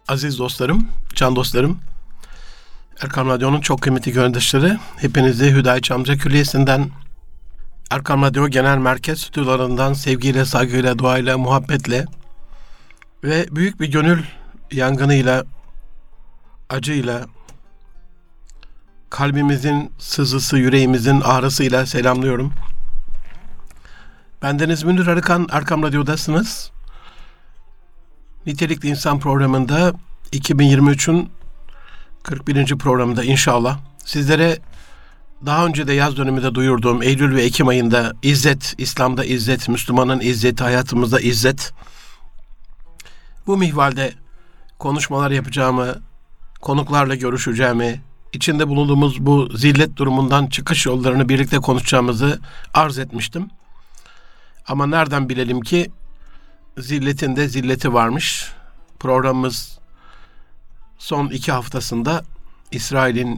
Aziz dostlarım, can dostlarım, Erkam Radyo'nun çok kıymetli gönüldaşları, hepinizi Hüdayi Amca Külliyesi'nden, Erkam Radyo Genel Merkez stüdyolarından sevgiyle, saygıyla, duayla, muhabbetle ve büyük bir gönül yangınıyla, acıyla, kalbimizin sızısı, yüreğimizin ağrısıyla selamlıyorum. Bendeniz Münir Arıkan, Erkam Radyo'dasınız. Nitelikli İnsan programında 2023'ün 41. programında inşallah sizlere daha önce de yaz döneminde duyurduğum Eylül ve Ekim ayında İzzet, İslam'da İzzet, Müslümanın İzzeti, hayatımızda İzzet. Bu mihvalde konuşmalar yapacağımı, konuklarla görüşeceğimi, içinde bulunduğumuz bu zillet durumundan çıkış yollarını birlikte konuşacağımızı arz etmiştim. Ama nereden bilelim ki zilletin de zilleti varmış. Programımız son 2 haftasında İsrail'in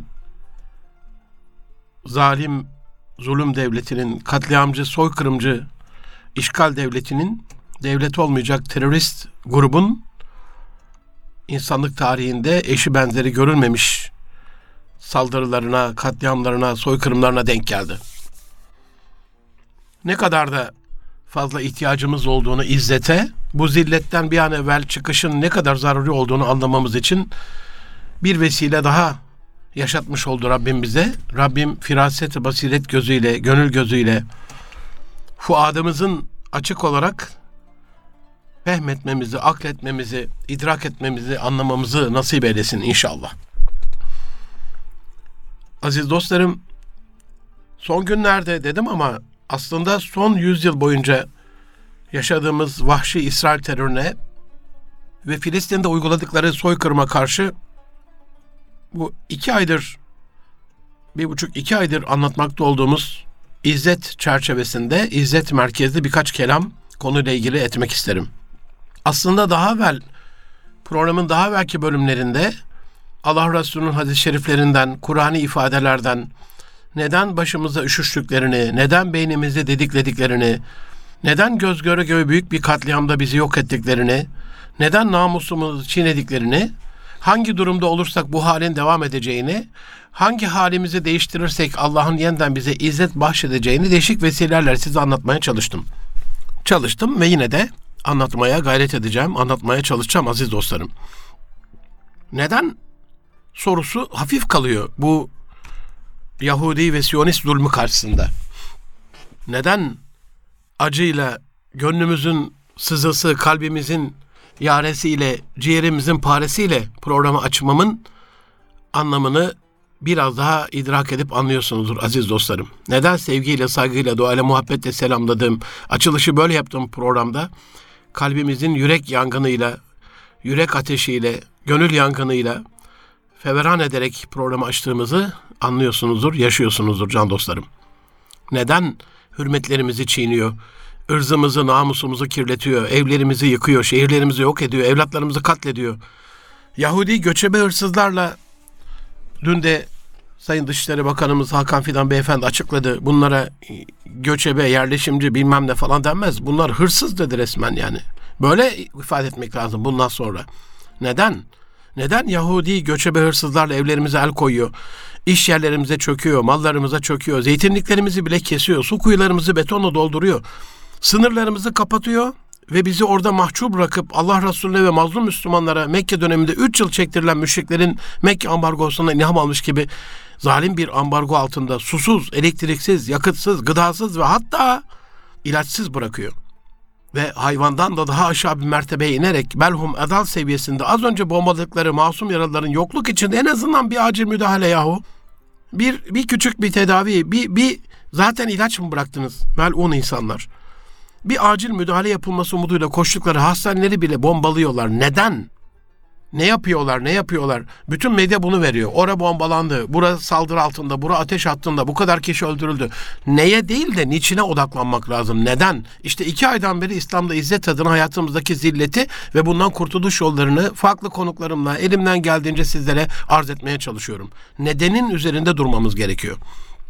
zalim zulüm devletinin, katliamcı, soykırımcı, işgal devletinin, devlet olmayacak terörist grubun insanlık tarihinde eşi benzeri görülmemiş saldırılarına, katliamlarına, soykırımlarına denk geldi. Ne kadar da fazla ihtiyacımız olduğunu izzete, bu zilletten bir an evvel çıkışın ne kadar zaruri olduğunu anlamamız için bir vesile daha yaşatmış oldu Rabbim bize. Rabbim firaset-i basiret gözüyle, gönül gözüyle fuadımızın açık olarak fehmetmemizi, akletmemizi, idrak etmemizi, anlamamızı nasip eylesin inşallah. Aziz dostlarım, son günlerde dedim ama aslında son 100 yıl boyunca yaşadığımız vahşi İsrail terörüne ve Filistin'de uyguladıkları soykırıma karşı bu 2 aydır, 1,5-2 aydır anlatmakta olduğumuz İzzet çerçevesinde, İzzet merkezli birkaç kelam konuyla ilgili etmek isterim. Aslında daha evvel, programın daha evvelki bölümlerinde Allah Resulü'nün hadis-i şeriflerinden, Kur'an'ı ifadelerden, neden başımıza üşüştüklerini, neden beynimizi didiklediklerini, neden göz göre göre büyük bir katliamda bizi yok ettiklerini, neden namusumuzu çiğnediklerini, hangi durumda olursak bu halin devam edeceğini, hangi halimizi değiştirirsek Allah'ın yeniden bize izzet bahşedeceğini değişik vesilelerle size anlatmaya çalıştım ve yine de anlatmaya gayret edeceğim, anlatmaya çalışacağım aziz dostlarım. Neden sorusu hafif kalıyor bu Yahudi ve Siyonist zulmü karşısında. Neden acıyla, gönlümüzün sızısı, kalbimizin yaresiyle, ciğerimizin paresiyle programı açmamın anlamını biraz daha idrak edip anlıyorsunuzdur aziz dostlarım. Neden sevgiyle, saygıyla, duayla, muhabbetle selamladığım, açılışı böyle yaptığım programda kalbimizin yürek yangınıyla, yürek ateşiyle, gönül yangınıyla feveran ederek programı açtığımızı anlıyorsunuzdur, yaşıyorsunuzdur can dostlarım. Neden hürmetlerimizi çiğniyor, ırzımızı, namusumuzu kirletiyor, evlerimizi yıkıyor, şehirlerimizi yok ediyor, evlatlarımızı katlediyor. Yahudi göçebe hırsızlarla, dün de Sayın Dışişleri Bakanımız Hakan Fidan Beyefendi açıkladı. Bunlara göçebe, yerleşimci bilmem ne falan denmez. Bunlar hırsız dedi resmen yani. Böyle ifade etmek lazım bundan sonra. Neden? Neden Yahudi göçebe hırsızlarla evlerimize el koyuyor? İş yerlerimize çöküyor, mallarımıza çöküyor, zeytinliklerimizi bile kesiyor, su kuyularımızı betonla dolduruyor, sınırlarımızı kapatıyor ve bizi orada mahcup bırakıp Allah Resulüne ve mazlum Müslümanlara Mekke döneminde 3 yıl çektirilen müşriklerin Mekke ambargosundan ilham almış gibi zalim bir ambargo altında susuz, elektriksiz, yakıtsız, gıdasız ve hatta ilaçsız bırakıyor. Ve hayvandan da daha aşağı bir mertebeye inerek belhum edal seviyesinde az önce bombaladıkları masum yaralıların yokluk içinde en azından bir acil müdahale yahu. Bir küçük bir tedavi, bir zaten ilaç mı bıraktınız melun insanlar? Bir acil müdahale yapılması umuduyla koştukları hastaneleri bile bombalıyorlar. Neden? Ne yapıyorlar? Bütün medya bunu veriyor. Ora bombalandı, bura saldırı altında, bura ateş hattında, bu kadar kişi öldürüldü. Neye değil de niçine odaklanmak lazım. Neden? İşte 2 aydan beri İslam'da izzet adına hayatımızdaki zilleti ve bundan kurtuluş yollarını farklı konuklarımla elimden geldiğince sizlere arz etmeye çalışıyorum. Nedenin üzerinde durmamız gerekiyor.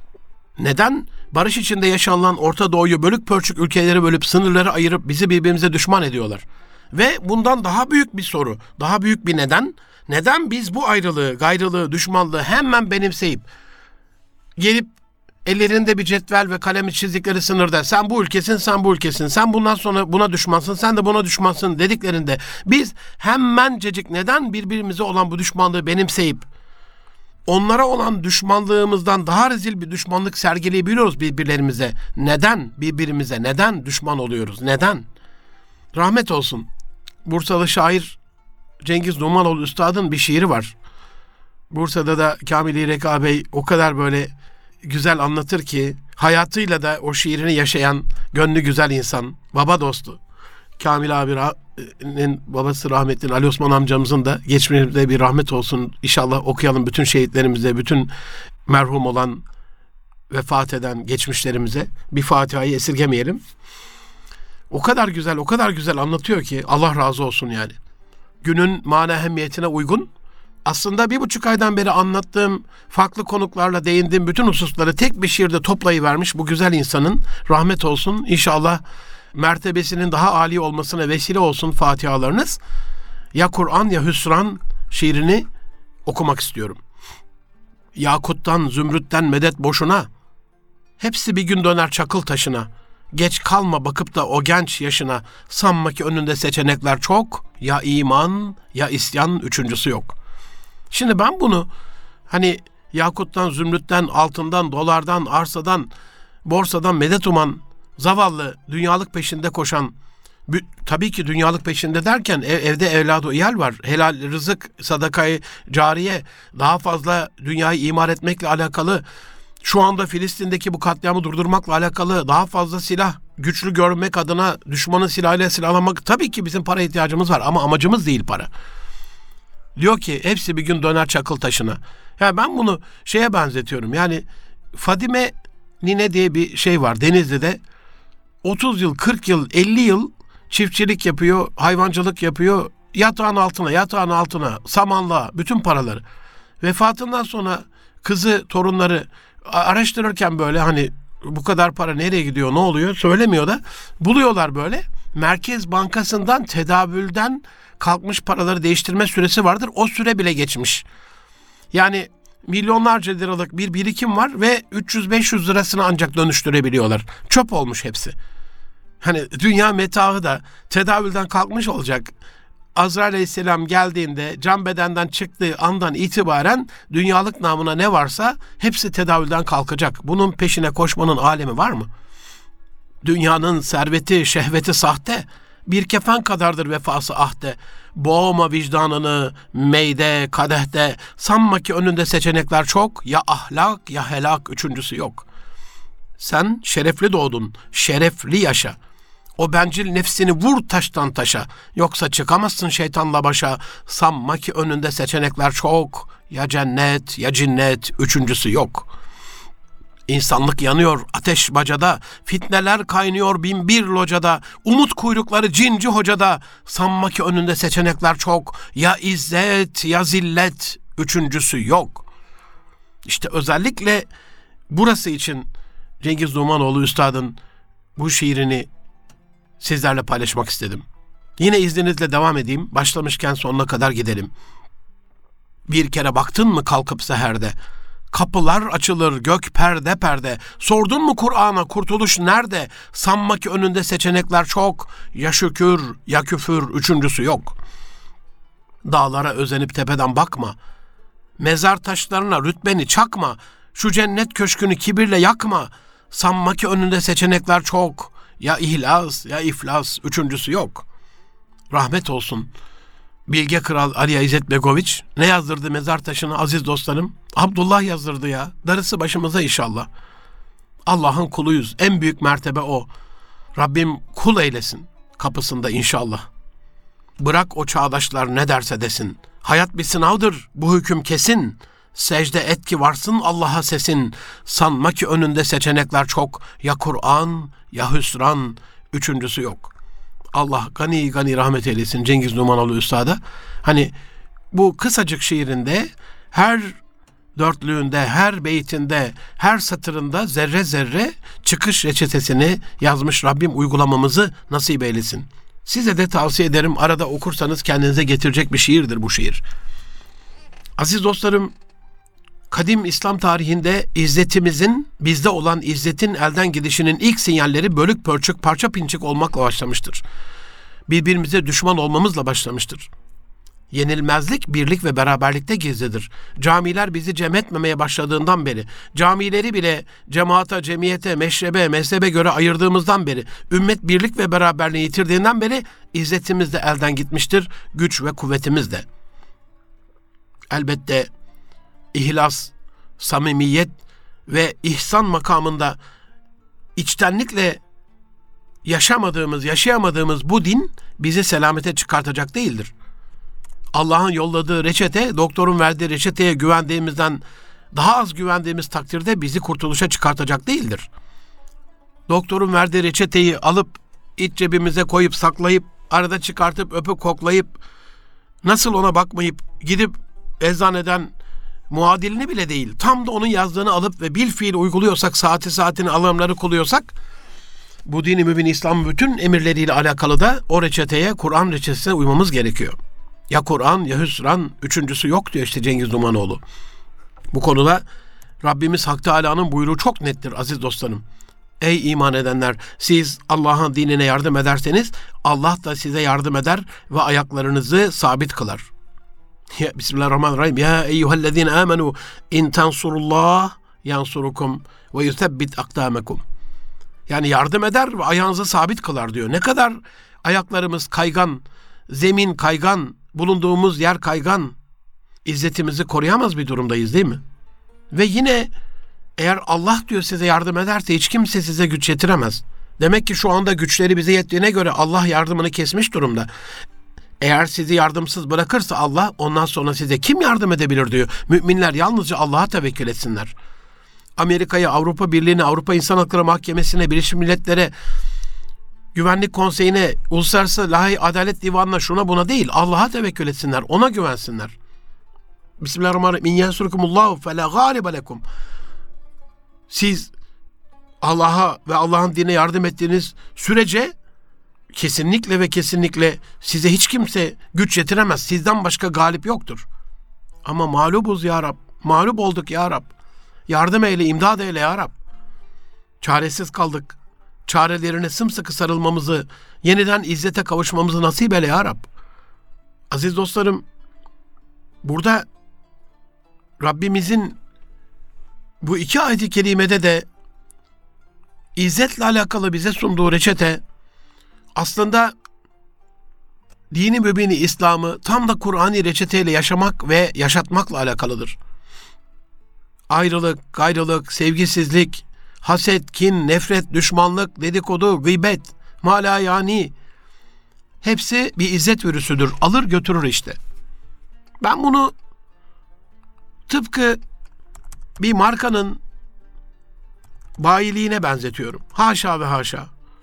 Neden? Barış içinde yaşanılan Orta Doğu'yu bölük pörçük ülkeleri bölüp sınırları ayırıp bizi birbirimize düşman ediyorlar. Ve bundan daha büyük bir soru, daha büyük bir neden. Neden biz bu ayrılığı, gayrılığı, düşmanlığı hemen benimseyip gelip ellerinde bir cetvel ve kalemi çizdikleri sınırda sen bu ülkesin, sen bu ülkesin, sen bundan sonra buna düşmansın, sen de buna düşmansın dediklerinde biz hemencecik neden birbirimize olan bu düşmanlığı benimseyip onlara olan düşmanlığımızdan daha rezil bir düşmanlık sergileyebiliyoruz birbirlerimize? Neden birbirimize, neden düşman oluyoruz? Neden? Rahmet olsun. Bursalı şair Cengiz Numanoğlu Üstad'ın bir şiiri var. Bursa'da da Kamil Reka Bey o kadar böyle güzel anlatır ki, hayatıyla da o şiirini yaşayan gönlü güzel insan, baba dostu. Kamil abinin babası rahmetli Ali Osman amcamızın da geçmişimizde bir rahmet olsun. İnşallah okuyalım bütün şehitlerimize, bütün merhum olan, vefat eden geçmişlerimize bir Fatiha'yı esirgemeyelim. O kadar güzel, o kadar güzel anlatıyor ki Allah razı olsun yani. Günün mana ehemmiyetine uygun. Aslında 1,5 aydan beri anlattığım, farklı konuklarla değindiğim bütün hususları tek bir şiirde toplayıvermiş bu güzel insanın, rahmet olsun. İnşallah mertebesinin daha âli olmasına vesile olsun fatihalarınız. Ya Kur'an ya Hüsran şiirini okumak istiyorum. Yakuttan, zümrütten medet boşuna, hepsi bir gün döner çakıl taşına. Geç kalma bakıp da o genç yaşına, sanma ki önünde seçenekler çok, ya iman ya isyan, üçüncüsü yok. Şimdi ben bunu hani yakuttan, zümrütten, altından, dolardan, arsadan, borsadan medet uman, zavallı, dünyalık peşinde koşan, tabii ki dünyalık peşinde derken evde evladı iyal var, helal rızık, sadakayı cariye, daha fazla dünyayı imar etmekle alakalı, şu anda Filistin'deki bu katliamı durdurmakla alakalı daha fazla silah, güçlü görmek adına düşmanın silahıyla silahlanmak, tabii ki bizim para ihtiyacımız var ama amacımız değil para. Diyor ki hepsi bir gün döner çakıl taşına. Ya ben bunu şeye benzetiyorum. Yani Fadime Nine diye bir şey var Denizli'de. 30 yıl, 40 yıl, 50 yıl çiftçilik yapıyor, hayvancılık yapıyor. Yatağın altına, samanlığa, bütün paraları. Vefatından sonra kızı, torunları araştırırken böyle hani bu kadar para nereye gidiyor, ne oluyor söylemiyor da buluyorlar böyle. Merkez Bankası'ndan tedavülden kalkmış paraları değiştirme süresi vardır. O süre bile geçmiş. Yani milyonlarca liralık bir birikim var ve 300-500 lirasını ancak dönüştürebiliyorlar. Çöp olmuş hepsi. Hani dünya metaı da tedavülden kalkmış olacak. Azrail Aleyhisselam geldiğinde can bedenden çıktığı andan itibaren dünyalık namına ne varsa hepsi tedavülden kalkacak. Bunun peşine koşmanın alemi var mı? Dünyanın serveti, şehveti sahte. Bir kefen kadardır vefası ahde. Boğma vicdanını meyde, kadehte. Sanma ki önünde seçenekler çok. Ya ahlak ya helak, üçüncüsü yok. Sen şerefli doğdun, şerefli yaşa. O bencil nefsini vur taştan taşa. Yoksa çıkamazsın şeytanla başa. Sanma ki önünde seçenekler çok. Ya cennet ya cinnet, üçüncüsü yok. İnsanlık yanıyor ateş bacada, fitneler kaynıyor bin bir locada, umut kuyrukları cinci hocada, sanma ki önünde seçenekler çok, ya izzet ya zillet, üçüncüsü yok. İşte özellikle burası için Cengiz Numanoğlu Üstad'ın bu şiirini sizlerle paylaşmak istedim. Yine izninizle devam edeyim, başlamışken sonuna kadar gidelim. Bir kere baktın mı kalkıp seherde, kapılar açılır gök perde perde. Sordun mu Kur'an'a kurtuluş nerede? Sanma ki önünde seçenekler çok. Ya şükür ya küfür, üçüncüsü yok. Dağlara özenip tepeden bakma. Mezar taşlarına rütbeni çakma. Şu cennet köşkünü kibirle yakma. Sanma ki önünde seçenekler çok. Ya ihlas ya iflas, üçüncüsü yok. Rahmet olsun Bilge Kral Ali İzzet Begoviç ne yazdırdı mezar taşına aziz dostlarım? Abdullah yazdırdı ya. Darısı başımıza inşallah. Allah'ın kuluyuz. En büyük mertebe o. Rabbim kul eylesin kapısında inşallah. Bırak o çağdaşlar ne derse desin. Hayat bir sınavdır. Bu hüküm kesin. Secde et ki varsın Allah'a sesin. Sanma ki önünde seçenekler çok. Ya Kur'an ya hüsran. Üçüncüsü yok. Allah gani gani rahmet eylesin Cengiz Numanoğlu Üstad'a. Hani bu kısacık şiirinde her dörtlüğünde, her beytinde, her satırında zerre zerre çıkış reçetesini yazmış. Rabbim uygulamamızı nasip eylesin. Size de tavsiye ederim, arada okursanız kendinize getirecek bir şiirdir bu şiir. Aziz dostlarım, kadim İslam tarihinde izzetimizin, bizde olan izzetin elden gidişinin ilk sinyalleri bölük pörçük, parça pinçik olmakla başlamıştır. Birbirimize düşman olmamızla başlamıştır. Yenilmezlik, birlik ve beraberlikte gizlidir. Camiler bizi cem etmemeye başladığından beri, camileri bile cemaata, cemiyete, meşrebe, mezhebe göre ayırdığımızdan beri, ümmet birlik ve beraberliği yitirdiğinden beri izzetimiz de elden gitmiştir, güç ve kuvvetimiz de. Elbette ihlas, samimiyet ve ihsan makamında içtenlikle yaşayamadığımız bu din bizi selamete çıkartacak değildir. Allah'ın yolladığı reçete, doktorun verdiği reçeteye güvendiğimizden daha az güvendiğimiz takdirde bizi kurtuluşa çıkartacak değildir. Doktorun verdiği reçeteyi alıp iç cebimize koyup saklayıp arada çıkartıp öpüp koklayıp nasıl ona bakmayıp gidip eczaneden muadilini bile değil, tam da onun yazdığını alıp ve bilfiil uyguluyorsak, saatini alarmları kuluyorsak, bu dini mübin İslam'ın bütün emirleriyle alakalı da o reçeteye, Kur'an reçetesine uymamız gerekiyor. Ya Kur'an ya hüsran, üçüncüsü yok diyor işte Cengiz Numanoğlu. Bu konuda Rabbimiz Hak Teâlâ'nın buyruğu çok nettir aziz dostlarım. Ey iman edenler, siz Allah'ın dinine yardım ederseniz Allah da size yardım eder ve ayaklarınızı sabit kılar. Ya, Bismillahirrahmanirrahim. Ya eyyühellezine amenu in tansurullah yansurukum ve yusebbit akdamekum. Yani yardım eder ve ayağınızı sabit kılar diyor. Ne kadar ayaklarımız kaygan, zemin kaygan, bulunduğumuz yer kaygan, izzetimizi koruyamaz bir durumdayız değil mi? Ve yine eğer Allah diyor size yardım ederse hiç kimse size güç yetiremez. Demek ki şu anda güçleri bize yettiğine göre Allah yardımını kesmiş durumda. Eğer sizi yardımsız bırakırsa Allah, ondan sonra size kim yardım edebilir diyor. Müminler yalnızca Allah'a tevekkül etsinler. Amerika'ya, Avrupa Birliği'ne, Avrupa İnsan Hakları Mahkemesi'ne, Birleşmiş Milletler'e, Güvenlik Konseyi'ne, Uluslararası Lahey Adalet Divanı'na, şuna buna değil, Allah'a tevekkül etsinler, ona güvensinler. Bismillahirrahmanirrahim. İn yensurkumullahu fela gâlibe lekum. Siz Allah'a ve Allah'ın dinine yardım ettiğiniz sürece kesinlikle ve kesinlikle size hiç kimse güç yetiremez. Sizden başka galip yoktur. Ama mağlubuz ya Rab. Mağlup olduk ya Rab. Yardım eyle, imdad eyle ya Rab. Çaresiz kaldık. Çarelerine sımsıkı sarılmamızı, yeniden izzete kavuşmamızı nasip eyle ya Rab. Aziz dostlarım, burada Rabbimizin bu iki ayet-i kerimede de izzetle alakalı bize sunduğu reçete aslında dini mübini İslam'ı tam da Kur'an-ı reçeteyle yaşamak ve yaşatmakla alakalıdır. Ayrılık, gayrılık, sevgisizlik, haset, kin, nefret, düşmanlık, dedikodu, gıybet, malayani hepsi bir izzet virüsüdür. Alır götürür işte. Ben bunu tıpkı bir markanın bayiliğine benzetiyorum. Haşa ve haşa.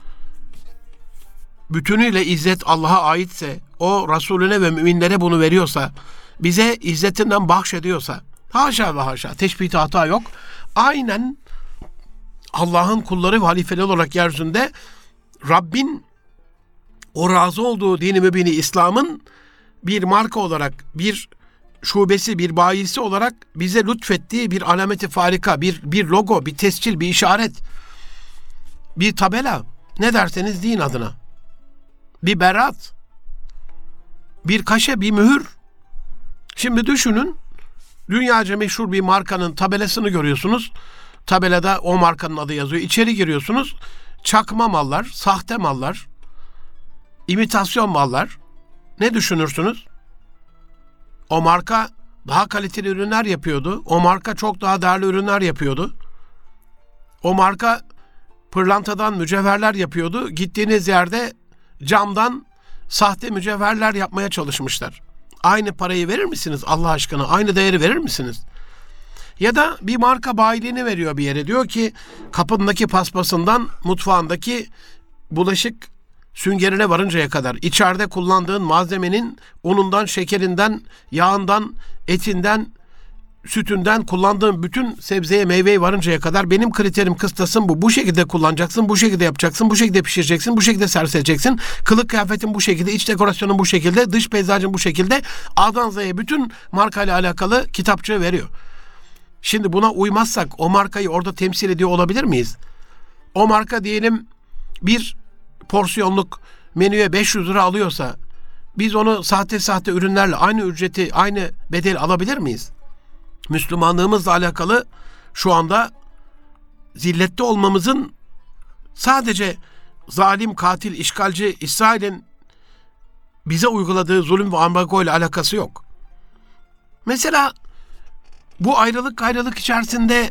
Bütünüyle izzet Allah'a aitse, o Resulüne ve müminlere bunu veriyorsa, bize izzetinden bahşediyorsa, haşa ve haşa, teşbihte hata yok. Aynen Allah'ın kulları ve halifeleri olarak yeryüzünde Rabbin o razı olduğu dini mübini İslam'ın bir marka olarak, bir şubesi, bir bayisi olarak bize lütfettiği bir alameti farika, bir logo, bir tescil, bir işaret, bir tabela, ne derseniz deyin adına. Bir berat, bir kaşe, bir mühür. Şimdi düşünün, dünyaca meşhur bir markanın tabelasını görüyorsunuz. Tabelada o markanın adı yazıyor. İçeri giriyorsunuz. Çakma mallar, sahte mallar, imitasyon mallar. Ne düşünürsünüz? O marka daha kaliteli ürünler yapıyordu. O marka çok daha değerli ürünler yapıyordu. O marka pırlantadan mücevherler yapıyordu. Gittiğiniz yerde camdan sahte mücevherler yapmaya çalışmışlar. Aynı parayı verir misiniz Allah aşkına? Aynı değeri verir misiniz? Ya da bir marka bayiliğini veriyor bir yere. Diyor ki kapındaki paspasından mutfağındaki bulaşık süngerine varıncaya kadar içeride kullandığın malzemenin unundan, şekerinden, yağından, etinden, sütünden kullandığım bütün sebzeye, meyveye varıncaya kadar benim kriterim, kıstasım bu. Bu şekilde kullanacaksın, bu şekilde yapacaksın, bu şekilde pişireceksin, bu şekilde servis edeceksin. Kılık kıyafetin bu şekilde, iç dekorasyonun bu şekilde, dış peyzajın bu şekilde. A'dan Z'ye bütün markayla alakalı kitapçığı veriyor. Şimdi buna uymazsak o markayı orada temsil ediyor olabilir miyiz? O marka diyelim bir porsiyonluk menüye 500 lira alıyorsa biz onu sahte ürünlerle aynı ücreti, aynı bedeli alabilir miyiz? Müslümanlığımızla alakalı şu anda zillette olmamızın sadece zalim, katil, işgalci İsrail'in bize uyguladığı zulüm ve ambargo ile alakası yok. Mesela bu ayrılık içerisinde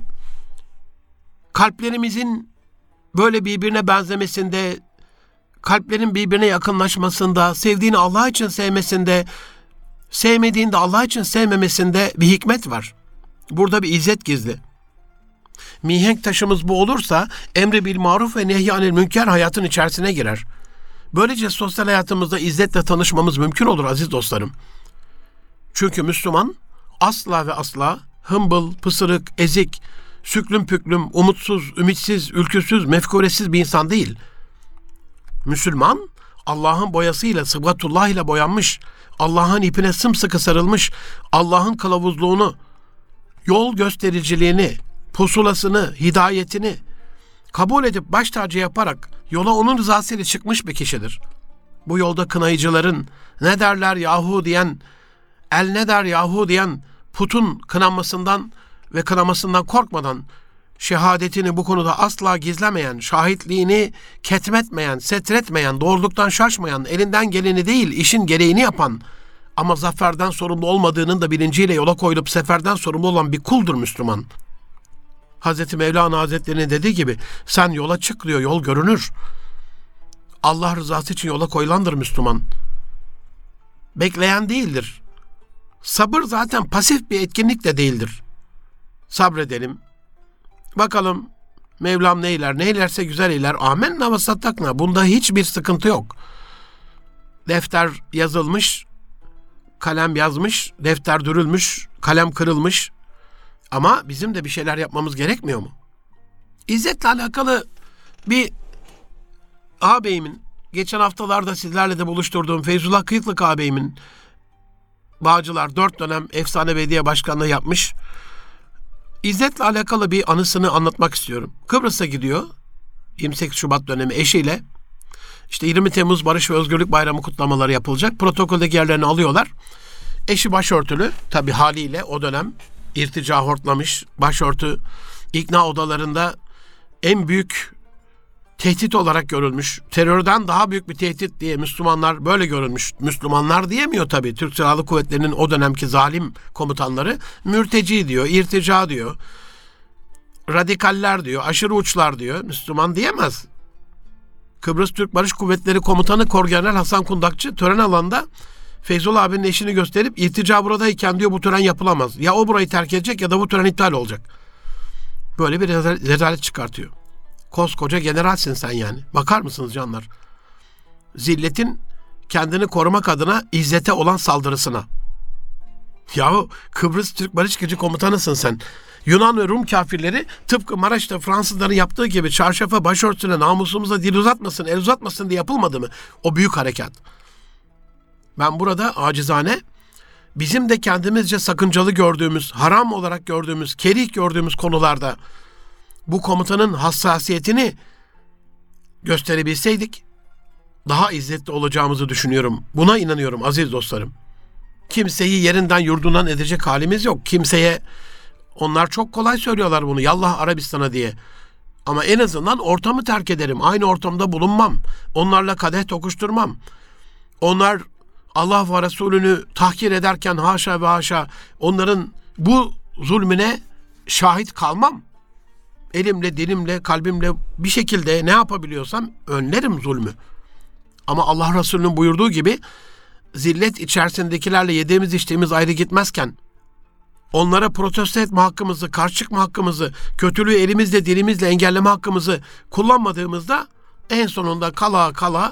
kalplerimizin böyle birbirine benzemesinde, kalplerin birbirine yakınlaşmasında, sevdiğini Allah için sevmesinde, sevmediğini de Allah için sevmemesinde bir hikmet var. Burada bir izzet gizli. Mihenk taşımız bu olursa emri bil maruf ve nehy anil münker hayatın içerisine girer. Böylece sosyal hayatımızda izzetle tanışmamız mümkün olur aziz dostlarım. Çünkü Müslüman asla ve asla hımbıl, pısırık, ezik, süklüm püklüm, umutsuz, ümitsiz, ülküsüz, mefkuresiz bir insan değil. Müslüman Allah'ın boyasıyla, sıbgatullah ile boyanmış, Allah'ın ipine sımsıkı sarılmış, Allah'ın kılavuzluğunu, yol göstericiliğini, pusulasını, hidayetini kabul edip baş tacı yaparak yola onun rızasıyla çıkmış bir kişidir. Bu yolda kınayıcıların ne derler yahu diyen, el ne der yahu diyen putun kınanmasından ve kınamasından korkmadan, şehadetini bu konuda asla gizlemeyen, şahitliğini ketmetmeyen, setretmeyen, doğruluktan şaşmayan, elinden geleni değil işin gereğini yapan ama zaferden sorumlu olmadığının da bilinciyle yola koyulup seferden sorumlu olan bir kuldur Müslüman. Hazreti Mevlana Hazretleri'nin dediği gibi sen yola çık diyor, yol görünür. Allah rızası için yola koyulandır Müslüman. Bekleyen değildir. Sabır zaten pasif bir etkinlik de değildir. Sabredelim. Bakalım Mevlam neyler, neylerse güzel eyler. Amenna ve sattakna. Bunda hiçbir sıkıntı yok. Defter yazılmış, kalem yazmış, defter dürülmüş, kalem kırılmış. Ama bizim de bir şeyler yapmamız gerekmiyor mu? İzzetle alakalı bir ağabeyimin, geçen haftalarda sizlerle de buluşturduğum Feyzullah Kıyıklık ağabeyimin, Bağcılar 4 dönem efsane belediye başkanlığı yapmış. İzzetle alakalı bir anısını anlatmak istiyorum. Kıbrıs'a gidiyor 28 Şubat dönemi eşiyle. İşte 20 Temmuz Barış ve Özgürlük Bayramı kutlamaları yapılacak. Protokoldeki yerlerini alıyorlar. Eşi başörtülü. Tabii haliyle o dönem irtica hortlamış. Başörtü ikna odalarında en büyük tehdit olarak görülmüş. Terörden daha büyük bir tehdit diye Müslümanlar böyle görülmüş. Müslümanlar diyemiyor tabii. Türk Silahlı Kuvvetleri'nin o dönemki zalim komutanları mürteci diyor, irtica diyor, radikaller diyor, aşırı uçlar diyor. Müslüman diyemez. Kıbrıs Türk Barış Kuvvetleri Komutanı Korgeneral Hasan Kundakçı tören alanında Feyzullah abinin eşini gösterip irtica buradayken diyor bu tören yapılamaz. Ya o burayı terk edecek ya da bu tören iptal olacak. Böyle bir rezalet çıkartıyor. Koskoca generalsin sen yani. Bakar mısınız canlar? Zilletin kendini korumak adına izzete olan saldırısına. Yahu Kıbrıs Türk Barış Gücü komutanısın sen. Yunan ve Rum kafirleri tıpkı Maraş'ta Fransızların yaptığı gibi çarşafa, başörtüsüne, namusumuza dil uzatmasın, el uzatmasın diye yapılmadı mı? O büyük harekat. Ben burada acizane bizim de kendimizce sakıncalı gördüğümüz, haram olarak gördüğümüz, kerih gördüğümüz konularda bu komutanın hassasiyetini gösterebilseydik daha izzetli olacağımızı düşünüyorum. Buna inanıyorum aziz dostlarım. Kimseyi yerinden yurdundan edecek halimiz yok. Kimseye, onlar çok kolay söylüyorlar bunu, yallah Arabistan'a diye. Ama en azından ortamı terk ederim. Aynı ortamda bulunmam. Onlarla kadeh tokuşturmam. Onlar Allah ve Resulünü tahkir ederken haşa ve haşa onların bu zulmüne şahit kalmam. Elimle, dilimle, kalbimle bir şekilde ne yapabiliyorsam önlerim zulmü. Ama Allah Resulü'nün buyurduğu gibi zillet içerisindekilerle yediğimiz içtiğimiz ayrı gitmezken onlara protesto etme hakkımızı, karşı çıkma hakkımızı, kötülüğü elimizle, dilimizle engelleme hakkımızı kullanmadığımızda en sonunda kala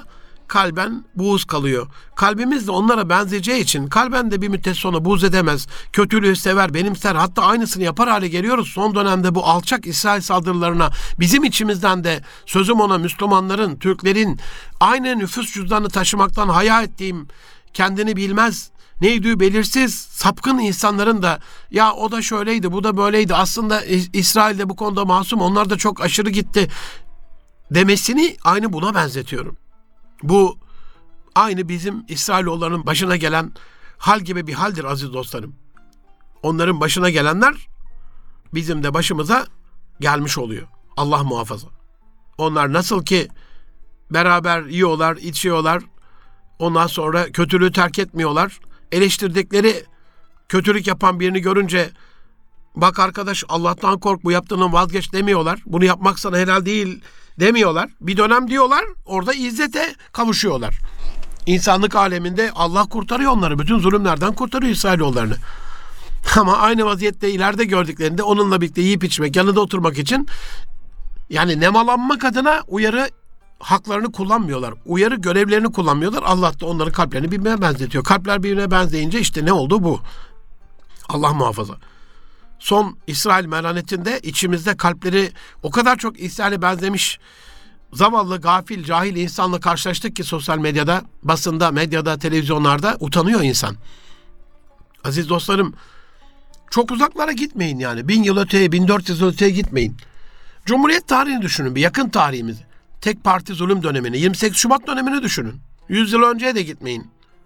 kalben buğz kalıyor. Kalbimiz de onlara benzeyeceği için kalben de bir müddet sonra buğz edemez. Kötülüğü sever, benimser, hatta aynısını yapar hale geliyoruz. Son dönemde bu alçak İsrail saldırılarına bizim içimizden de sözüm ona Müslümanların, Türklerin aynı nüfus cüzdanını taşımaktan haya ettiğim, kendini bilmez, neydi belirsiz, sapkın insanların da ya o da şöyleydi, bu da böyleydi, aslında İsrail de bu konuda masum, onlar da çok aşırı gitti demesini aynı buna benzetiyorum. Bu aynı bizim İsrailoğullarının başına gelen hal gibi bir haldir aziz dostlarım. Onların başına gelenler bizim de başımıza gelmiş oluyor. Allah muhafaza. Onlar nasıl ki beraber yiyorlar, içiyorlar, ondan sonra kötülüğü terk etmiyorlar. Eleştirdikleri, kötülük yapan birini görünce bak arkadaş Allah'tan kork, bu yaptığından vazgeç demiyorlar. Bunu yapmak sana helal değil demiyorlar. Bir dönem diyorlar, orada izzete kavuşuyorlar. İnsanlık aleminde Allah kurtarıyor onları. Bütün zulümlerden kurtarıyor İsrailoğullarını. Ama aynı vaziyette ileride gördüklerinde onunla birlikte yiyip içmek, yanında oturmak için yani nemalanmak adına uyarı haklarını kullanmıyorlar. Uyarı görevlerini kullanmıyorlar. Allah da onların kalplerini birbirine benzetiyor. Kalpler birbirine benzeyince işte ne oldu bu? Allah muhafaza. Son İsrail melanetinde içimizde kalpleri o kadar çok İsrail'e benzemiş zavallı, gafil, cahil insanla karşılaştık ki sosyal medyada, basında, medyada, televizyonlarda utanıyor insan. Aziz dostlarım, çok uzaklara gitmeyin yani. 1000 yıl öteye, 1400 yıl öteye gitmeyin. Cumhuriyet tarihini düşünün, bir yakın tarihimizi. Tek parti zulüm dönemini, 28 Şubat dönemini düşünün. 100 yıl önceye de gitmeyin.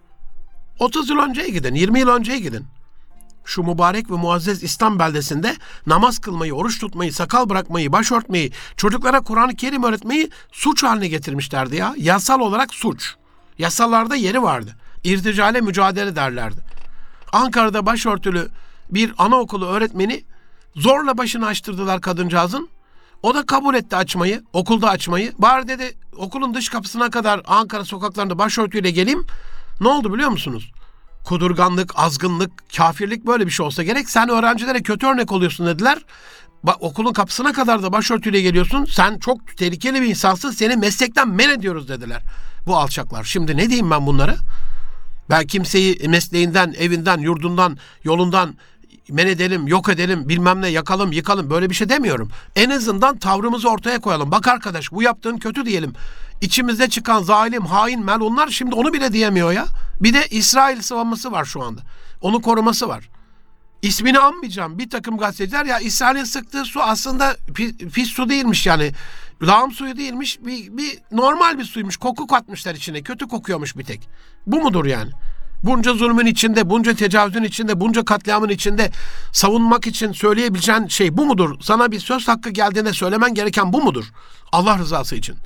30 yıl önceye gidin, 20 yıl önceye gidin. Şu mübarek ve muazzez İslam beldesinde namaz kılmayı, oruç tutmayı, sakal bırakmayı, başörtmeyi, çocuklara Kur'an-ı Kerim öğretmeyi suç haline getirmişlerdi ya. Yasal olarak suç. Yasalarda yeri vardı. İrticale mücadele derlerdi. Ankara'da başörtülü bir anaokulu öğretmeni zorla başını açtırdılar kadıncağızın. O da kabul etti açmayı, okulda açmayı. Bari dedi okulun dış kapısına kadar Ankara sokaklarında başörtüyle geleyim. Ne oldu biliyor musunuz? Kudurganlık, azgınlık, kafirlik böyle bir şey olsa gerek. Sen öğrencilere kötü örnek oluyorsun dediler. Okulun kapısına kadar da başörtüyle geliyorsun. Sen çok tehlikeli bir insansın. Seni meslekten men ediyoruz dediler. Bu alçaklar. Şimdi ne diyeyim ben bunlara? Ben kimseyi mesleğinden, evinden, yurdundan, yolundan men edelim, yok edelim, bilmem ne, yakalım, yıkalım, böyle bir şey demiyorum. En azından tavrımızı ortaya koyalım. Bak arkadaş, bu yaptığın kötü diyelim. İçimizde çıkan zalim, hain, melunlar şimdi onu bile diyemiyor ya. Bir de İsrail savunması var şu anda. Onu koruması var. İsmini anmayacağım. Bir takım gazeteciler ya İsrail'in sıktığı su aslında pis su değilmiş yani. Lağım suyu değilmiş. Bir normal bir suymuş. Koku katmışlar içine. Kötü kokuyormuş bir tek. Bu mudur yani? Bunca zulmün içinde, bunca tecavüzün içinde, bunca katliamın içinde savunmak için söyleyebileceğin şey bu mudur? Sana bir söz hakkı geldiğinde söylemen gereken bu mudur? Allah rızası için.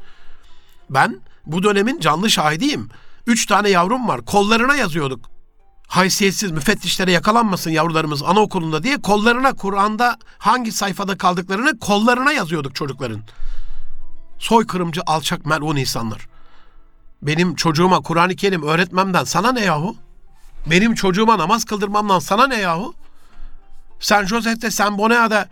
Ben bu dönemin canlı şahidiyim. 3 tane yavrum var. Kollarına yazıyorduk. Haysiyetsiz müfettişlere yakalanmasın yavrularımız anaokulunda diye kollarına, Kur'an'da hangi sayfada kaldıklarını kollarına yazıyorduk çocukların. Soykırımcı, alçak, melun insanlar. Benim çocuğuma Kur'an-ı Kerim öğretmemden sana ne yahu? Benim çocuğuma namaz kıldırmamdan sana ne yahu? Saint Joseph'te, Saint Bonea'da,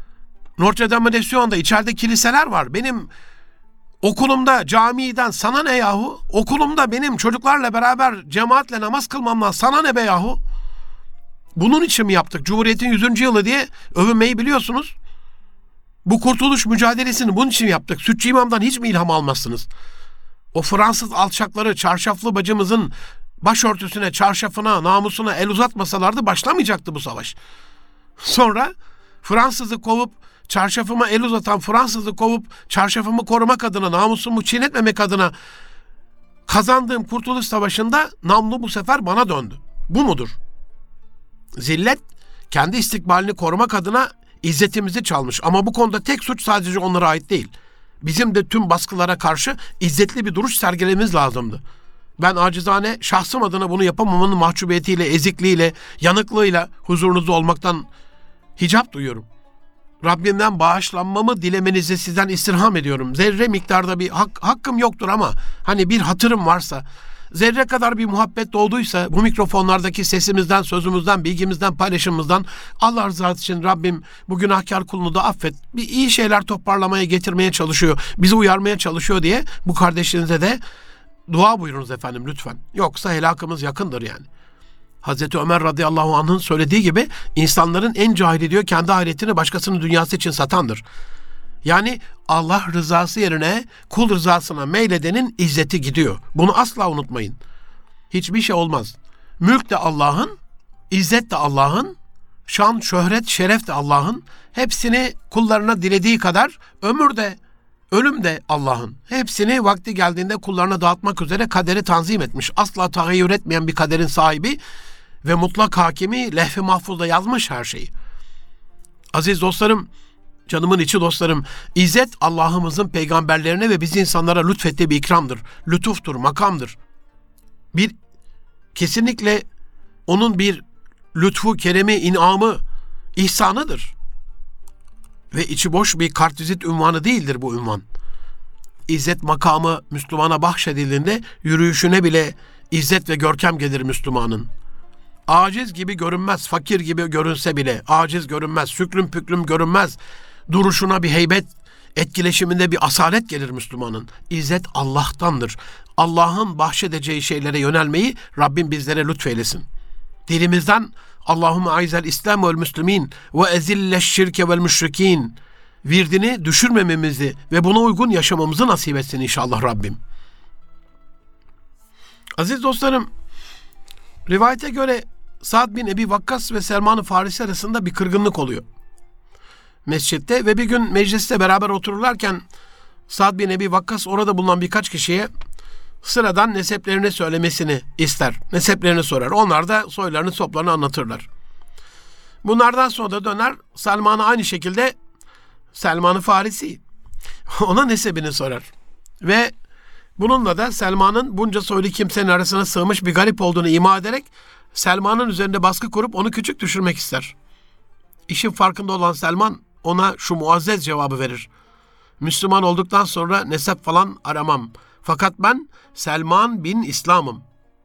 Notre Dame de Sion'da içeride kiliseler var. Benim okulumda camiden sana ne yahu? Okulumda benim çocuklarla beraber cemaatle namaz kılmamdan sana ne be yahu? Bunun için mi yaptık? Cumhuriyet'in 100. yılı diye övünmeyi biliyorsunuz. Bu kurtuluş mücadelesini bunun için yaptık. Sütçü İmam'dan hiç mi ilham almazsınız? O Fransız alçakları çarşaflı bacımızın başörtüsüne, çarşafına, namusuna el uzatmasalardı başlamayacaktı bu savaş. Sonra Fransız'ı kovup çarşafıma el uzatan Fransız'ı kovup çarşafımı korumak adına, namusumu çiğnetmemek adına kazandığım Kurtuluş Savaşı'nda namlu bu sefer bana döndü. Bu mudur? Zillet kendi istikbalini korumak adına izzetimizi çalmış. Ama bu konuda tek suç sadece onlara ait değil. Bizim de tüm baskılara karşı izzetli bir duruş sergilememiz lazımdı. Ben acizane şahsım adına bunu yapamamanın mahcubiyetiyle, ezikliğiyle, yanıklığıyla huzurunuzda olmaktan hicap duyuyorum. Rabbimden bağışlanmamı dilemenizi sizden istirham ediyorum. Zerre miktarda bir hakkım yoktur ama hani bir hatırım varsa, zerre kadar bir muhabbet doğduysa bu mikrofonlardaki sesimizden, sözümüzden, bilgimizden, paylaşımımızdan Allah rızası için Rabbim bu günahkar kulunu da affet. Bir iyi şeyler toparlamaya, getirmeye çalışıyor, bizi uyarmaya çalışıyor diye bu kardeşinize de dua buyurunuz efendim lütfen. Yoksa helakımız yakındır yani. Hazreti Ömer radıyallahu anh'ın söylediği gibi insanların en cahili diyor kendi ahiretini başkasının dünyası için satandır. Yani Allah rızası yerine kul rızasına meyledenin izzeti gidiyor. Bunu asla unutmayın. Hiçbir şey olmaz. Mülk de Allah'ın, izzet de Allah'ın, şan, şöhret, şeref de Allah'ın. Hepsini kullarına dilediği kadar ömür de, ölüm de Allah'ın. Hepsini vakti geldiğinde kullarına dağıtmak üzere kaderi tanzim etmiş. Asla tahayyür etmeyen bir kaderin sahibi ve mutlak hakimi levh-i mahfuzda yazmış her şeyi. Aziz dostlarım, canımın içi dostlarım, izzet Allah'ımızın peygamberlerine ve biz insanlara lütfettiği bir ikramdır. Lütuftur, makamdır. Kesinlikle onun bir lütfu, keremi, inamı, ihsanıdır. Ve içi boş bir kartvizit ünvanı değildir bu ünvan. İzzet makamı Müslümana bahşedildiğinde yürüyüşüne bile izzet ve görkem gelir Müslümanın. Aciz gibi görünmez, fakir gibi görünse bile aciz görünmez, süklüm püklüm görünmez. Duruşuna bir heybet, etkileşiminde bir asalet gelir Müslümanın. İzzet Allah'tandır. Allah'ın bahşedeceği şeylere yönelmeyi Rabbim bizlere lütfeylesin. Dilimizden Allahümme aizel İslam vel müslimin ve ezilleş şirke vel müşrikin virdini düşürmememizi ve buna uygun yaşamamızı nasip etsin inşallah Rabbim. Aziz dostlarım, rivayete göre Sa'd bin Ebi Vakkas ve Selman-ı Farisi arasında bir kırgınlık oluyor mescitte ve bir gün mecliste beraber otururlarken Sa'd bin Ebi Vakkas orada bulunan birkaç kişiye sıradan neseplerini söylemesini ister. Neseplerini sorar. Onlar da soylarını, soplarını anlatırlar. Bunlardan sonra da döner Selman'a aynı şekilde Selman-ı Farisi ona nesebini sorar. Ve bununla da Selman'ın bunca soylu kimsenin arasına sığmış bir garip olduğunu ima ederek Selman'ın üzerinde baskı kurup onu küçük düşürmek ister. İşin farkında olan Selman ona şu muazzez cevabı verir. Müslüman olduktan sonra nesep falan aramam. Fakat ben Selman bin İslam'ım.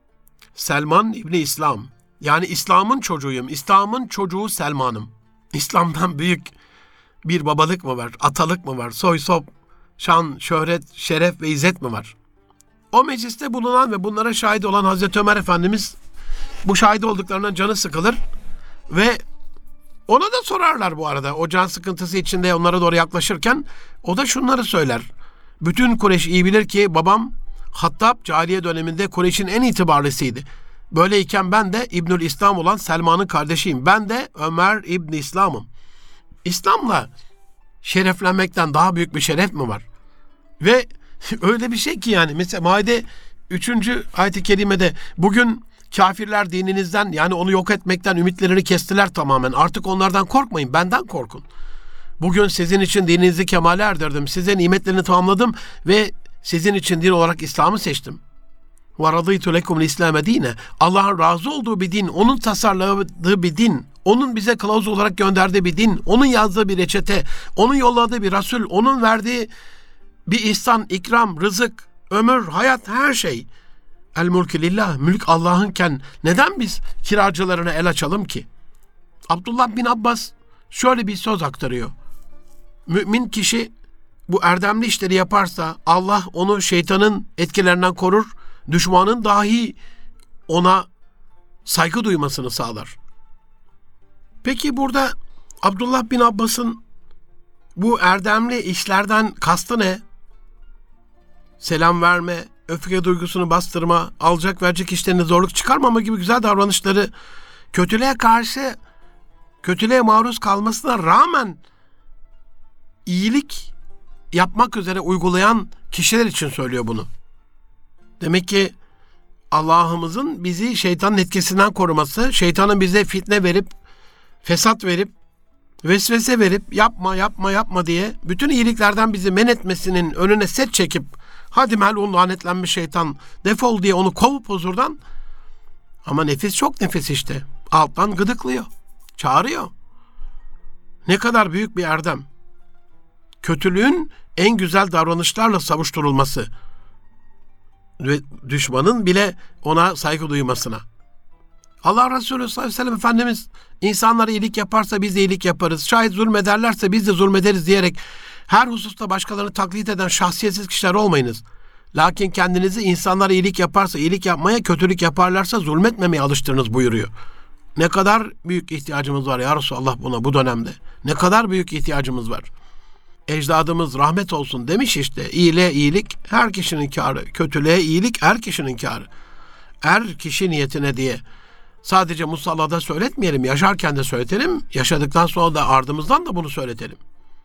Selman İbni İslam. Yani İslam'ın çocuğuyum. İslam'ın çocuğu Selman'ım. İslam'dan büyük bir babalık mı var? Atalık mı var? Soy sop, şan, şöhret, şeref ve izzet mi var? O mecliste bulunan ve bunlara şahit olan Hazreti Ömer Efendimiz bu şahit olduklarından canı sıkılır ve ona da sorarlar bu arada. O can sıkıntısı içinde onlara doğru yaklaşırken o da şunları söyler. Bütün Kureyş iyi bilir ki babam Hattab cahiliye döneminde Kureyş'in en itibarlısıydı. Böyleyken ben de İbnül İslam olan Selman'ın kardeşiyim. Ben de Ömer İbni İslam'ım. İslam'la şereflenmekten daha büyük bir şeref mi var? Ve öyle bir şey ki yani mesela Maide 3. ayet-i kerimede bugün kafirler dininizden yani onu yok etmekten ümitlerini kestiler tamamen. Artık onlardan korkmayın, benden korkun. Bugün sizin için dininizi kemale erdirdim. Size nimetlerini tamamladım ve sizin için din olarak İslam'ı seçtim. وَرَضِيْتُ لَكُمْ الْاِسْلَامَ دِينَ Allah'ın razı olduğu bir din, onun tasarladığı bir din, onun bize kılavuz olarak gönderdiği bir din, onun yazdığı bir reçete, onun yolladığı bir Resul, onun verdiği bir ihsan, ikram, rızık, ömür, hayat, her şey. El mülkü lillah, mülk Allah'ınken neden biz kiracılarına el açalım ki? Abdullah bin Abbas şöyle bir söz aktarıyor. Mümin kişi bu erdemli işleri yaparsa Allah onu şeytanın etkilerinden korur, düşmanın dahi ona saygı duymasını sağlar. Peki burada Abdullah bin Abbas'ın bu erdemli işlerden kastı ne? Selam verme, öfke duygusunu bastırma, alacak verecek işlerine zorluk çıkarmama gibi güzel davranışları kötülüğe karşı, kötülüğe maruz kalmasına rağmen iyilik yapmak üzere uygulayan kişiler için söylüyor bunu. Demek ki Allah'ımızın bizi şeytanın etkisinden koruması, şeytanın bize fitne verip, fesat verip, vesvese verip yapma diye bütün iyiliklerden bizi men etmesinin önüne set çekip hadi melun lanetlenmiş şeytan defol diye onu kovup huzurdan ama nefis çok nefis işte. Alttan gıdıklıyor, çağırıyor. Ne kadar büyük bir erdem. Kötülüğün en güzel davranışlarla savuşturulması ve düşmanın bile ona saygı duymasına. Allah Resulü sallallahu aleyhi ve sellem Efendimiz insanlara iyilik yaparsa biz de iyilik yaparız. Şayet zulmederlerse biz de zulmederiz diyerek her hususta başkalarını taklit eden şahsiyetsiz kişiler olmayınız. Lakin kendinizi insanlar iyilik yaparsa iyilik yapmaya, kötülük yaparlarsa zulmetmemeye alıştırınız buyuruyor. Ne kadar büyük ihtiyacımız var ya Resulallah buna bu dönemde. Ne kadar büyük ihtiyacımız var. Ecdadımız rahmet olsun demiş işte. İyiliğe iyilik her kişinin kârı. Kötülüğe iyilik her kişinin kârı. Er kişi niyetine diye. Sadece musallada söyletmeyelim. Yaşarken de söyletelim. Yaşadıktan sonra da ardımızdan da bunu söyletelim.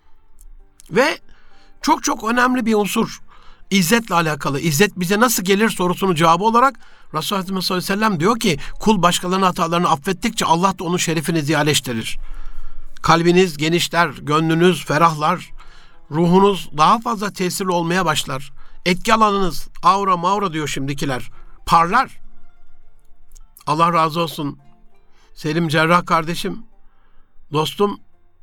Ve çok çok önemli bir unsur. İzzetle alakalı. İzzet bize nasıl gelir sorusunun cevabı olarak Resulullah sallallahu aleyhi ve sellem diyor ki kul başkalarının hatalarını affettikçe Allah da onun şerefini ziyaleştirir. Kalbiniz genişler, gönlünüz ferahlar, ruhunuz daha fazla tesirli olmaya başlar. Etki alanınız, aura maura diyor şimdikiler, parlar. Allah razı olsun. Selim Cerrah kardeşim, dostum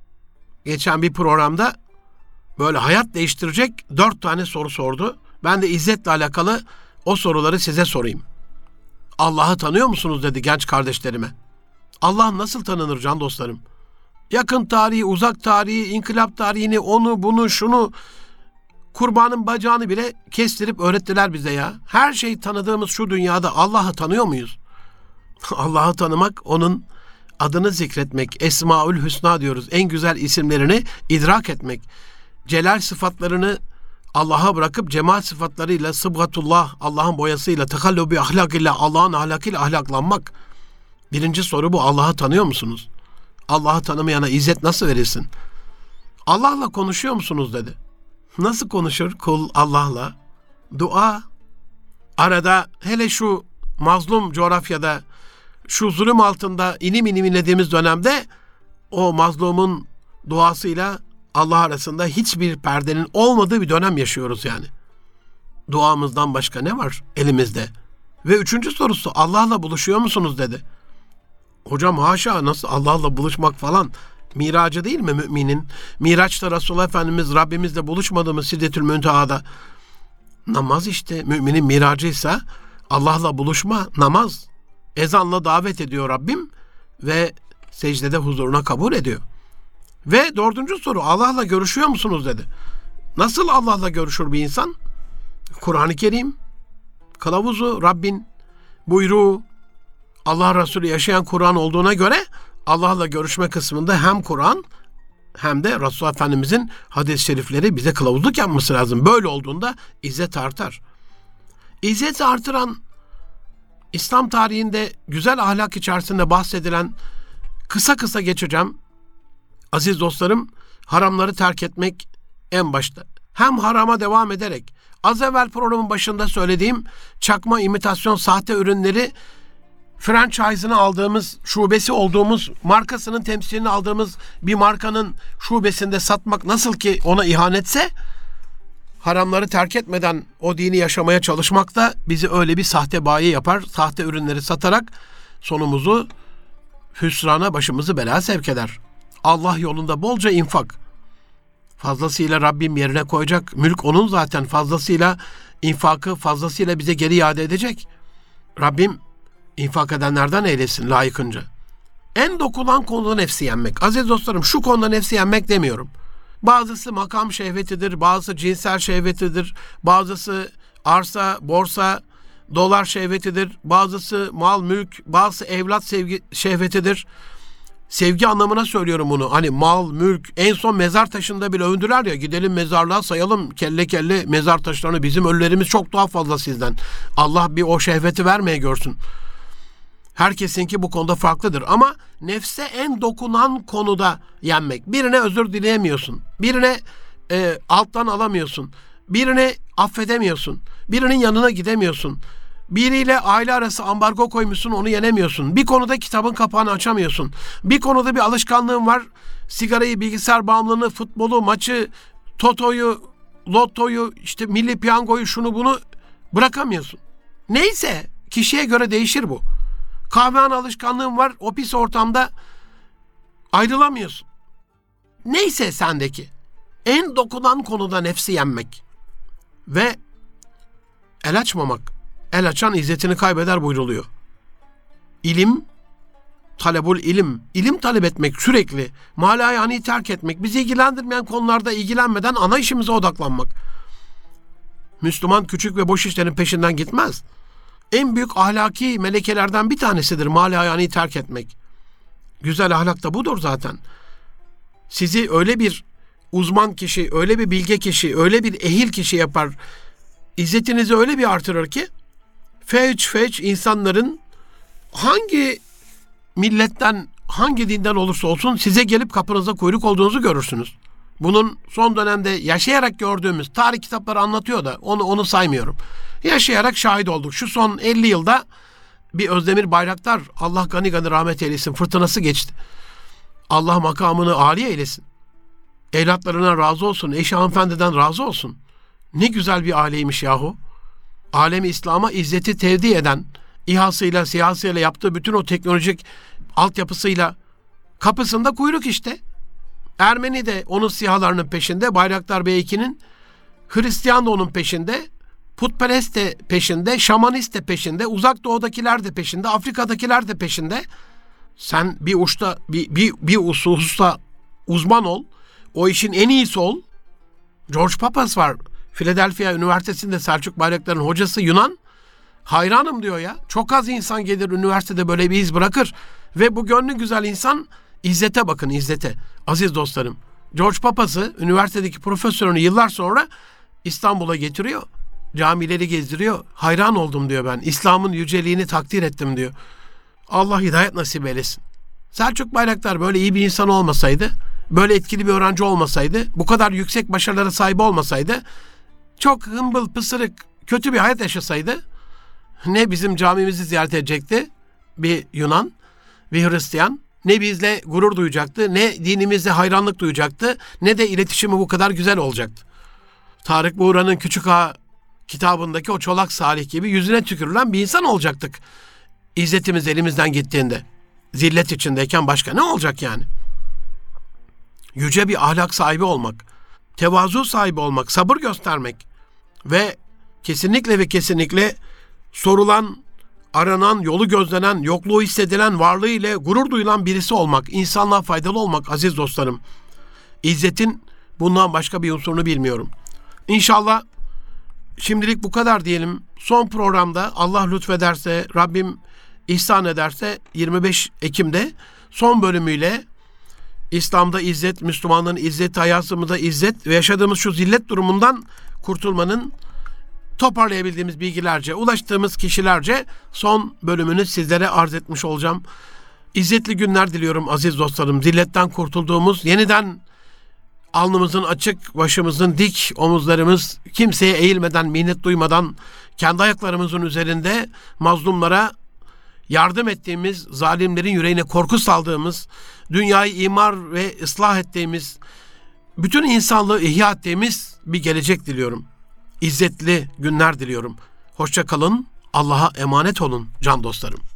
geçen bir programda böyle hayat değiştirecek 4 tane soru sordu. Ben de izzetle alakalı o soruları size sorayım. Allah'ı tanıyor musunuz dedi genç kardeşlerime. Allah nasıl tanınır can dostlarım? Yakın tarihi, uzak tarihi, inkılap tarihini, onu, bunu, şunu, kurbanın bacağını bile kestirip öğrettiler bize ya. Her şey tanıdığımız şu dünyada Allah'ı tanıyor muyuz? Allah'ı tanımak, onun adını zikretmek, Esmaül Hüsna diyoruz. En güzel isimlerini idrak etmek. Celal sıfatlarını Allah'a bırakıp cemal sıfatlarıyla, sıbgatullah, Allah'ın boyasıyla, tekallubi ahlakıyla, Allah'ın ahlakıyla ahlaklanmak. Birinci soru bu. Allah'ı tanıyor musunuz? Allah'ı tanımayana izzet nasıl verirsin? Allah'la konuşuyor musunuz dedi. Nasıl konuşur kul Allah'la? Dua. Arada hele şu mazlum coğrafyada, şu zulüm altında inim inim inlediğimiz dönemde o mazlumun duasıyla Allah arasında hiçbir perdenin olmadığı bir dönem yaşıyoruz yani. Duamızdan başka ne var elimizde? Ve 3. sorusu Allah'la buluşuyor musunuz dedi. Hocam haşa nasıl Allah'la buluşmak falan miracı değil mi müminin? Miraç'ta Resulullah Efendimiz Rabbimizle buluşmadığımız Sidretül Münteha'da namaz işte müminin miracıysa Allah'la buluşma namaz. Ezanla davet ediyor Rabbim ve secdede huzuruna kabul ediyor. Ve 4. soru Allah'la görüşüyor musunuz dedi. Nasıl Allah'la görüşür bir insan? Kur'an-ı Kerim, kılavuzu, Rabbin buyruğu, Allah Resulü yaşayan Kur'an olduğuna göre Allah'la görüşme kısmında hem Kur'an hem de Resulullah Efendimizin hadis-i şerifleri bize kılavuzluk yapması lazım. Böyle olduğunda izzet artar. İzzeti artıran İslam tarihinde güzel ahlak içerisinde bahsedilen kısa geçeceğim. Aziz dostlarım, haramları terk etmek en başta. Hem harama devam ederek, az evvel programın başında söylediğim çakma, imitasyon, sahte ürünleri franchise'ını aldığımız, şubesi olduğumuz, markasının temsilini aldığımız bir markanın şubesinde satmak nasıl ki ona ihanetse, haramları terk etmeden o dini yaşamaya çalışmak da bizi öyle bir sahte bayi yapar. Sahte ürünleri satarak sonumuzu hüsrana, başımızı belaya sevk eder. Allah yolunda bolca infak. Fazlasıyla Rabbim yerine koyacak. Mülk onun zaten, fazlasıyla infakı fazlasıyla bize geri iade edecek. Rabbim infak edenlerden eylesin layıkınca. En dokunan konuda nefsi yenmek. Aziz dostlarım, şu konuda nefsi yenmek demiyorum. Bazısı makam şehvetidir, bazısı cinsel şehvetidir, bazısı arsa, borsa, dolar şehvetidir, bazısı mal, mülk, bazısı evlat şehvetidir. Sevgi anlamına söylüyorum bunu. Hani mal, mülk, en son mezar taşında bile övündüler ya, gidelim mezarlığa sayalım kelle kelle mezar taşlarını, bizim ölülerimiz çok daha fazla sizden. Allah bir o şehveti vermeye görsün. Herkesinki bu konuda farklıdır ama nefse en dokunan konuda yenmek. Birine özür dileyemiyorsun. Birine alttan alamıyorsun. Birini affedemiyorsun. Birinin yanına gidemiyorsun. Biriyle aile arası ambargo koymuşsun, onu yenemiyorsun. Bir konuda kitabın kapağını açamıyorsun. Bir konuda bir alışkanlığın var. Sigarayı, bilgisayar bağımlılığını, futbolu, maçı, totoyu, lottoyu, işte milli piyangoyu, şunu bunu bırakamıyorsun. Neyse, kişiye göre değişir bu. Kahvehane alışkanlığın var, o pis ortamda ayrılamıyorsun. Neyse sendeki. En dokunan konuda nefsi yenmek. Ve el açmamak. El açan izzetini kaybeder buyruluyor. İlim, talebul ilim. İlim talep etmek sürekli. Malayani terk etmek. Bizi ilgilendirmeyen konularda ilgilenmeden ana işimize odaklanmak. Müslüman küçük ve boş işlerin peşinden gitmez. En büyük ahlaki melekelerden bir tanesidir mâl hayâniyi terk etmek. Güzel ahlak da budur zaten. Sizi öyle bir uzman kişi, öyle bir bilge kişi, öyle bir ehil kişi yapar, İzzetinizi öyle bir artırır ki, feç insanların hangi milletten, hangi dinden olursa olsun size gelip kapınıza kuyruk olduğunuzu görürsünüz. Bunun son dönemde yaşayarak gördüğümüz tarih kitapları anlatıyor da onu saymıyorum. Yaşayarak şahit olduk. Şu son 50 yılda bir Özdemir Bayraktar, Allah gani gani rahmet eylesin, fırtınası geçti. Allah makamını âli eylesin. Evlatlarına razı olsun, eşi hanımefendiden razı olsun. Ne güzel bir aileymiş yahu. Alemi İslam'a izzeti tevdi eden, İHA'sıyla, SİHA'sıyla yaptığı bütün o teknolojik altyapısıyla kapısında kuyruk işte. Ermeni de onun SİHA'larının peşinde, Bayraktar B2'nin, Hristiyan da onun peşinde, putperest de peşinde, şamanist de peşinde, uzak doğudakiler de peşinde, Afrika'dakiler de peşinde. Sen bir uçta, bir hususta uzman ol, o işin en iyisi ol. George Papas var, Philadelphia Üniversitesi'nde Selçuk Bayraktar'ın hocası, Yunan. Hayranım diyor ya. Çok az insan gelir üniversitede böyle bir iz bırakır. Ve bu gönlü güzel insan, İzzet'e bakın, İzzet'e. Aziz dostlarım, George Papas'ı, üniversitedeki profesörünü yıllar sonra İstanbul'a getiriyor. Camileri gezdiriyor. Hayran oldum diyor ben. İslam'ın yüceliğini takdir ettim diyor. Allah hidayet nasip eylesin. Selçuk Bayraktar böyle iyi bir insan olmasaydı, böyle etkili bir öğrenci olmasaydı, bu kadar yüksek başarılara sahip olmasaydı, çok hımbıl, pısırık, kötü bir hayat yaşasaydı, ne bizim camimizi ziyaret edecekti bir Yunan, bir Hristiyan, ne bizle gurur duyacaktı, ne dinimizle hayranlık duyacaktı, ne de iletişimi bu kadar güzel olacaktı. Tarık Buğra'nın Küçük Ağa kitabındaki o Çolak Salih gibi yüzüne tükürülen bir insan olacaktık. İzzetimiz elimizden gittiğinde, zillet içindeyken başka ne olacak yani? Yüce bir ahlak sahibi olmak, tevazu sahibi olmak, sabır göstermek ve kesinlikle sorulan, aranan, yolu gözlenen, yokluğu hissedilen, varlığı ile gurur duyulan birisi olmak, insanlığa faydalı olmak aziz dostlarım. İzzetin bundan başka bir unsurunu bilmiyorum. İnşallah şimdilik bu kadar diyelim. Son programda Allah lütfederse, Rabbim ihsan ederse 25 Ekim'de son bölümüyle İslam'da izzet, Müslümanlığın izzeti, hayatımızda izzet ve yaşadığımız şu zillet durumundan kurtulmanın toparlayabildiğimiz bilgilerce, ulaştığımız kişilerce son bölümünü sizlere arz etmiş olacağım. İzzetli günler diliyorum aziz dostlarım. Zilletten kurtulduğumuz, yeniden alnımızın açık, başımızın dik, omuzlarımız kimseye eğilmeden, minnet duymadan, kendi ayaklarımızın üzerinde mazlumlara yardım ettiğimiz, zalimlerin yüreğine korku saldığımız, dünyayı imar ve ıslah ettiğimiz, bütün insanlığı ihya ettiğimiz bir gelecek diliyorum. İzzetli günler diliyorum. Hoşça kalın, Allah'a emanet olun can dostlarım.